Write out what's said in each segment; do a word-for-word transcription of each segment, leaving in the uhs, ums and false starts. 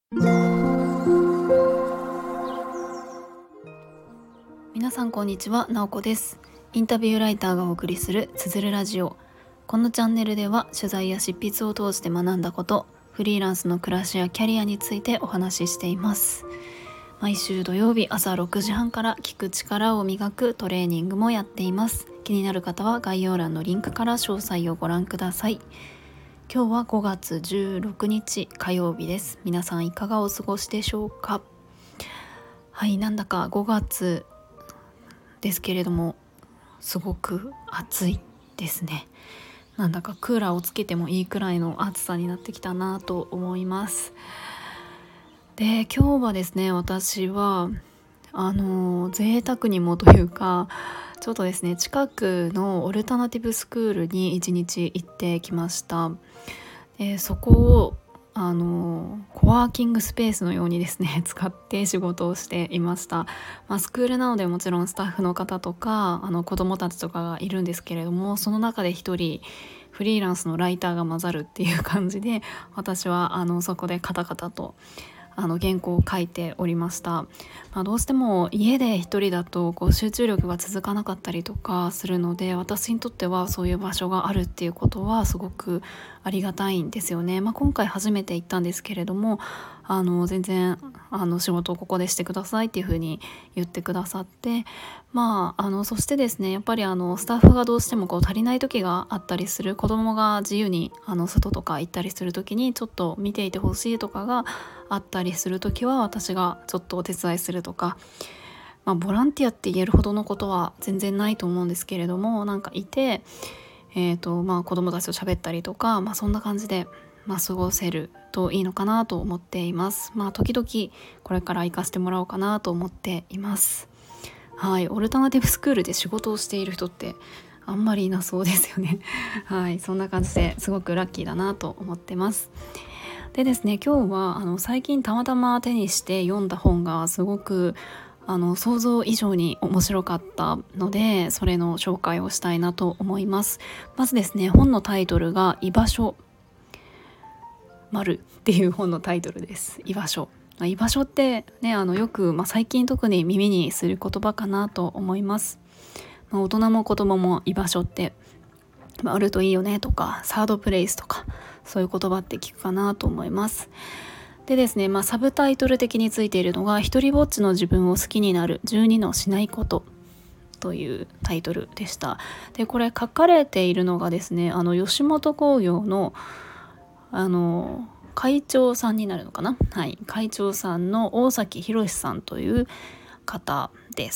皆さんこんにちは、なおこです。インタビューライターがお送りするつづるラジオ。このチャンネルでは取材や執筆を通して学んだこと、フリーランスの暮らしやキャリアについてお話ししています。毎週土曜日朝ろくじはんから聞く力を磨くトレーニングもやっています。気になる方は概要欄のリンクから詳細をご覧ください。今日はごがつじゅうろくにち火曜日です。皆さんいかがお過ごしでしょうか。はい、なんだかごがつですけれどもすごく暑いですね。なんだかクーラーをつけてもいいくらいの暑さになってきたなと思います。で、今日はですね、私はあの贅沢にもというかちょっとですね、近くのオルタナティブスクールに一日行ってきました。でそこをあのコワーキングスペースのようにですね使って仕事をしていました。まあ、スクールなのでもちろんスタッフの方とかあの子どもたちとかがいるんですけれども、その中で一人フリーランスのライターが混ざるっていう感じで、私はあのそこでカタカタとあの原稿を書いておりました。まあ、どうしても家で一人だとこう集中力が続かなかったりとかするので、私にとってはそういう場所があるっていうことはすごくありがたいんですよね。まあ、今回初めて行ったんですけれども、あの全然あの仕事をここでしてくださいっていうふうに言ってくださって、まあ、あのそしてですね、やっぱりあのスタッフがどうしてもこう足りない時があったりする、子供が自由にあの外とか行ったりする時にちょっと見ていてほしいとかがあったりする時は、私がちょっとお手伝いするとか、まあ、ボランティアって言えるほどのことは全然ないと思うんですけれども、なんかいて、えーとまあ、子供たちと喋ったりとか、まあ、そんな感じで、まあ、過ごせるといいのかなと思っています。まあ、時々これから行かせてもらおうかなと思っています。はい、オルタナティブスクールで仕事をしている人ってあんまりいなそうですよね。はい、そんな感じですごくラッキーだなと思ってます。でですね、今日はあの最近たまたま手にして読んだ本がすごくあの想像以上に面白かったので、それの紹介をしたいなと思います。まずですね、本のタイトルが居場所丸っていう本のタイトルです。居場所。居場所ってね、あのよく、まあ、最近特に耳にする言葉かなと思います。まあ、大人も子供も居場所って、まあ、あるといいよねとか、サードプレイスとか、そういう言葉って聞くかなと思います。でですね、まあ、サブタイトル的についているのが、一人ぼっちの自分を好きになるじゅうにのしないことというタイトルでした。で、これ書かれているのがですね、あの吉本興業のあの会長さんになるのかな、はい、会長さんの大崎博さんという方です。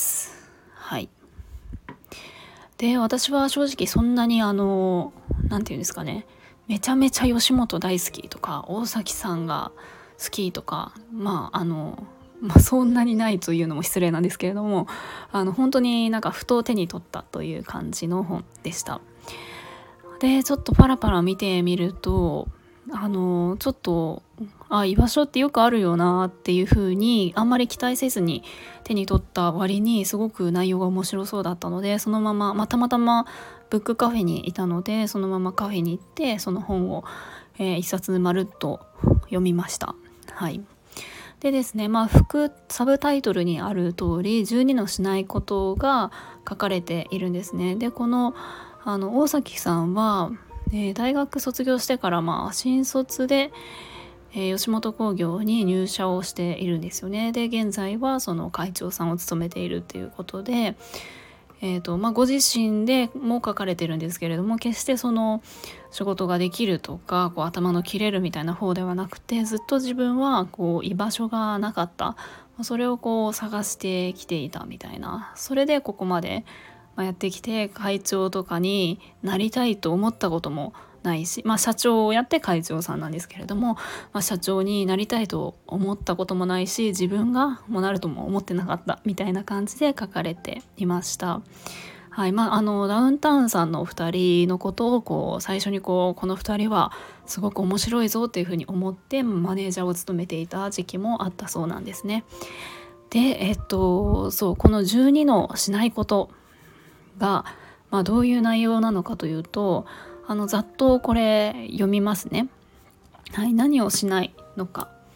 はい。で、私は正直そんなにあのなんていうんですかね、めちゃめちゃ吉本大好きとか大崎さんが好きとか、まああのまあ、そんなにないというのも失礼なんですけれども、あの本当になんかふと手に取ったという感じの本でした。で、ちょっとパラパラ見てみると、あのちょっとあ居場所ってよくあるよなっていう風にあんまり期待せずに手に取った割に、すごく内容が面白そうだったので、そのまま、まあ、たまたまブックカフェにいたので、そのままカフェに行ってその本を、えー、一冊まるっと読みました。はい。でですね、まあ、副サブタイトルにある通りじゅうにのしないことが書かれているんですね。で、このあの大崎さんは、えー、大学卒業してから、まあ、新卒で、えー、吉本興業に入社をしているんですよね。で、現在はその会長さんを務めているっていうことで、えーとまあ、ご自身でも書かれてるんですけれども、決してその仕事ができるとかこう頭の切れるみたいな方ではなくて、ずっと自分はこう居場所がなかった、それをこう探してきていたみたいな、それでここまでやってきて、会長とかになりたいと思ったこともないし、まあ、社長をやって会長さんなんですけれども、まあ、社長になりたいと思ったこともないし、自分がもうなるとも思ってなかったみたいな感じで書かれていました。はい。まあ、あのダウンタウンさんのお二人のことをこう最初にこうこの二人はすごく面白いぞっていうふうに思ってマネージャーを務めていた時期もあったそうなんですね。で、えっとそうこのじゅうにのしないことが、まあ、どういう内容なのかというと、あのざっとこれ読みますね。はい、何をしないのか。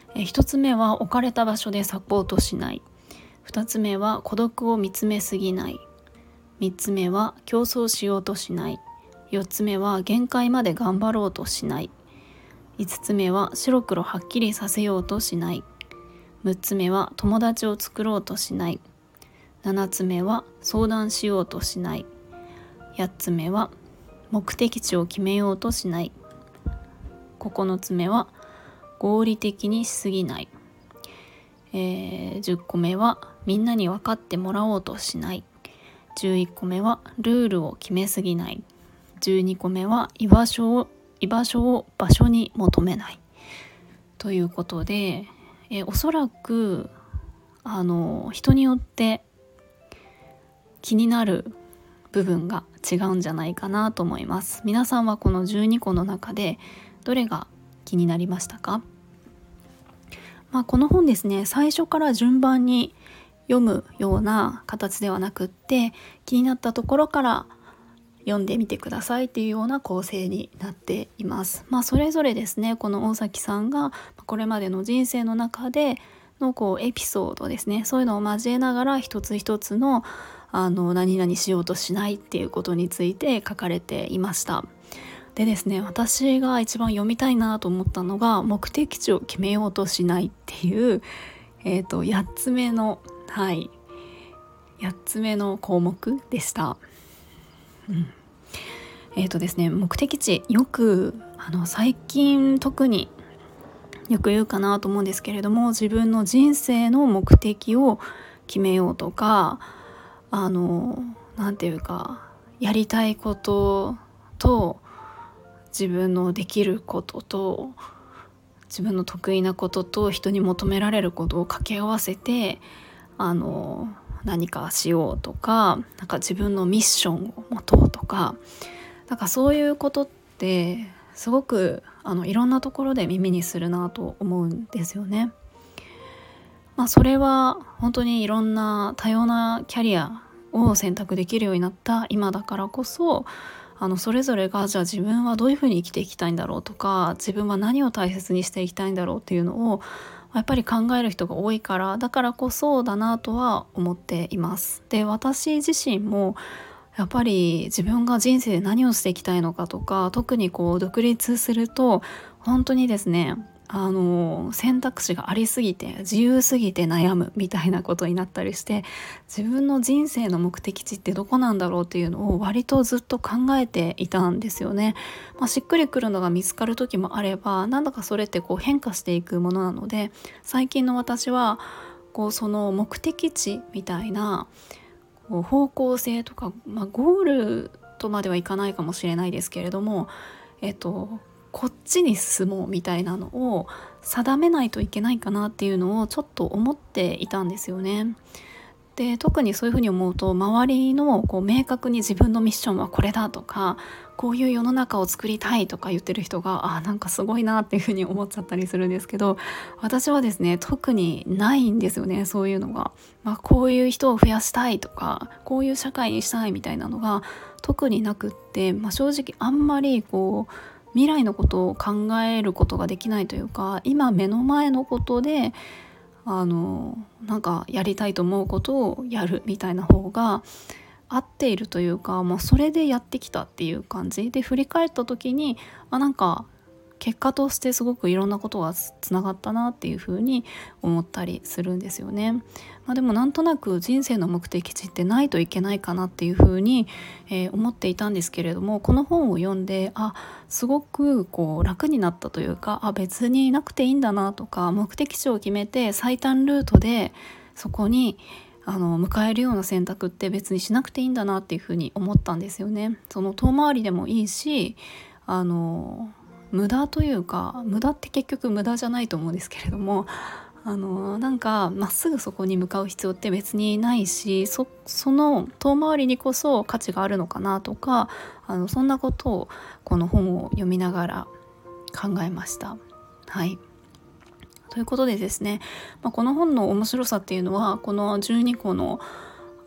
えひとつめは置かれた場所でサポートしない。ふたつめは孤独を見つめすぎない。みっつめは競争しようとしない。よっつめは限界まで頑張ろうとしない。いつつめは白黒はっきりさせようとしない。むっつめは友達を作ろうとしない。ななつめは相談しようとしない。はちつめは目的地を決めようとしない。ここのつめは合理的にしすぎない。えー、じゅっこめはみんなに分かってもらおうとしない。じゅういっこめはルールを決めすぎない。じゅうにこめは居場所を居場所を場所に求めない。ということで、えー、おそらくあの人によって気になる部分が違うんじゃないかなと思います。皆さんはこのじゅうにこの中でどれが気になりましたか？まあ、この本ですね、最初から順番に読むような形ではなくって、気になったところから読んでみてくださいっていうような構成になっています。まあ、それぞれですね、この大崎さんがこれまでの人生の中でのこうエピソードですね、そういうのを交えながら一つ一つのあの何々しようとしないっていうことについて書かれていました。でですね、私が一番読みたいなと思ったのが、目的地を決めようとしないっていう、えーと、やっつめのはいやっつめの項目でした。うん、えーとですね目的地、よくあの最近特によく言うかなと思うんですけれども、自分の人生の目的を決めようとか、あのなんていうか、やりたいことと自分のできることと自分の得意なことと人に求められることを掛け合わせてあの何かしようとか、なんか自分のミッションを持とうとか、なんかそういうことってすごくあのいろんなところで耳にするなと思うんですよね。まあ、それは本当にいろんな多様なキャリアを選択できるようになった今だからこそ、あのそれぞれがじゃあ自分はどういうふうに生きていきたいんだろうとか、自分は何を大切にしていきたいんだろうっていうのをやっぱり考える人が多いから、だからこそだなとは思っています。で、私自身もやっぱり自分が人生で何をしていきたいのかとか、特にこう独立すると本当にですね、あの選択肢がありすぎて自由すぎて悩むみたいなことになったりして、自分の人生の目的地ってどこなんだろうっていうのを割とずっと考えていたんですよね。まあ、しっくりくるのが見つかる時もあれば、なんだかそれってこう変化していくものなので、最近の私はこうその目的地みたいなこう方向性とか、まあ、ゴールとまではいかないかもしれないですけれども、えっとこっちに進もうみたいなのを定めないといけないかなっていうのをちょっと思っていたんですよね。で、特にそういうふうに思うと、周りのこう明確に自分のミッションはこれだとか、こういう世の中を作りたいとか言ってる人が、あ、なんかすごいなっていうふうに思っちゃったりするんですけど、私はですね、特にないんですよね、そういうのが。まあ、こういう人を増やしたいとか、こういう社会にしたいみたいなのが特になくって、まあ、正直あんまりこう未来のことを考えることができないというか、今目の前のことであのなんかやりたいと思うことをやるみたいな方が合っているというか、もうそれでやってきたっていう感じで、振り返った時にあなんか結果としてすごくいろんなことがつながったなっていうふうに思ったりするんですよね。まあ、でもなんとなく人生の目的地ってないといけないかなっていうふうに、えー、思っていたんですけれども、この本を読んであすごくこう楽になったというか、あ別になくていいんだなとか、目的地を決めて最短ルートでそこにあの迎えるような選択って別にしなくていいんだなっていうふうに思ったんですよね。その遠回りでもいいし、あの無駄というか、無駄って結局無駄じゃないと思うんですけれども、あのなんかまっすぐそこに向かう必要って別にないし、 そ, その遠回りにこそ価値があるのかなとか、あのそんなことをこの本を読みながら考えました。はい、ということでですね、まあ、この本の面白さっていうのは、このじゅうにこの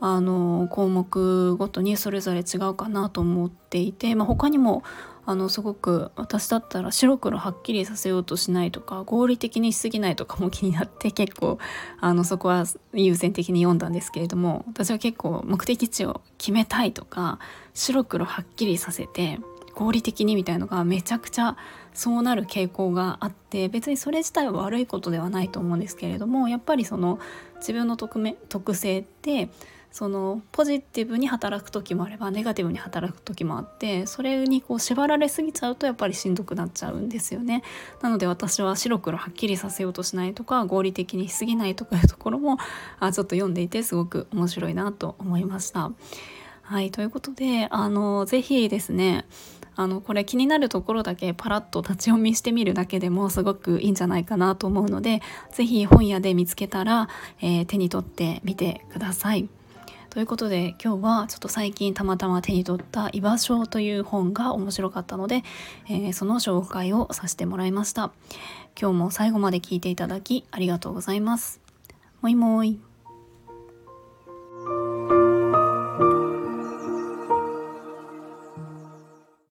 あの項目ごとにそれぞれ違うかなと思っていて、まあ、他にもあのすごく私だったら白黒はっきりさせようとしないとか合理的にしすぎないとかも気になって結構あのそこは優先的に読んだんですけれども、私は結構目的地を決めたいとか白黒はっきりさせて合理的にみたいのがめちゃくちゃそうなる傾向があって、別にそれ自体は悪いことではないと思うんですけれども、やっぱりその自分の特め特性ってそのポジティブに働く時もあればネガティブに働く時もあって、それにこう縛られすぎちゃうとやっぱりしんどくなっちゃうんですよね。なので私は白黒はっきりさせようとしないとか合理的にしすぎないとかいうところもあちょっと読んでいてすごく面白いなと思いました。はい、ということであのぜひですね、あのこれ気になるところだけパラッと立ち読みしてみるだけでもすごくいいんじゃないかなと思うので、ぜひ本屋で見つけたら、えー手に取ってみてください。ということで今日はちょっと最近たまたま手に取った居場所という本が面白かったので、えーその紹介をさせてもらいました。今日も最後まで聞いていただきありがとうございます。もいもい。